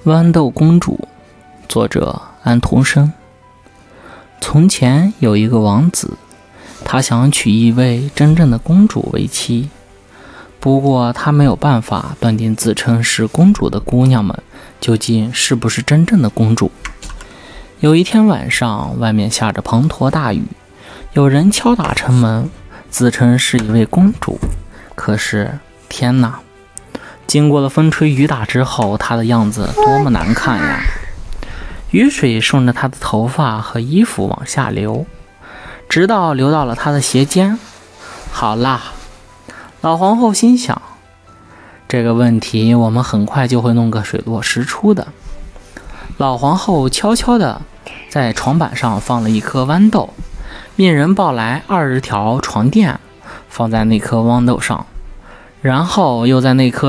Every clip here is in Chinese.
豌豆公主，作者安徒生。从前有一个王子，他想娶一位真正的公主为妻，不过他没有办法断定自称是公主的姑娘们究竟是不是真正的公主。有一天晚上，外面下着滂沱大雨，有人敲打城门，自称是一位公主。可是天哪，经过了风吹雨打之后，她的样子多么难看呀！雨水顺着她的头发和衣服往下流，直到流到了她的鞋尖。好啦，老皇后心想，这个问题我们很快就会弄个水落石出的。老皇后悄悄地在床板上放了一颗豌豆，命人抱来20条床垫，放在那颗豌豆上，然后又在那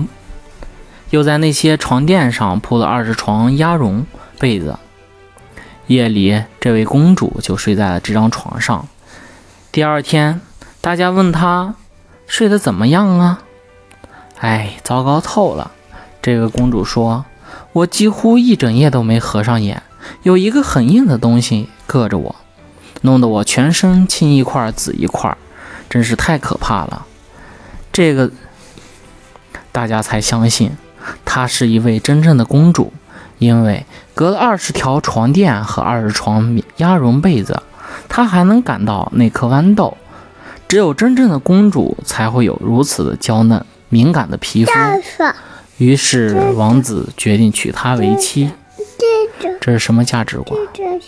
些床垫上铺了20床鸭绒被子。夜里，这位公主就睡在了这张床上。第二天，大家问她睡得怎么样啊？糟糕透了。这个公主说，我几乎一整夜都没合上眼，有一个很硬的东西硌着我，弄得我全身青一块紫一块，真是太可怕了。这个大家才相信她是一位真正的公主，因为隔了20条床垫和20床鸭绒被子，她还能感到那颗豌豆。只有真正的公主才会有如此的娇嫩敏感的皮肤。于是王子决定娶她为妻。这是什么价值观？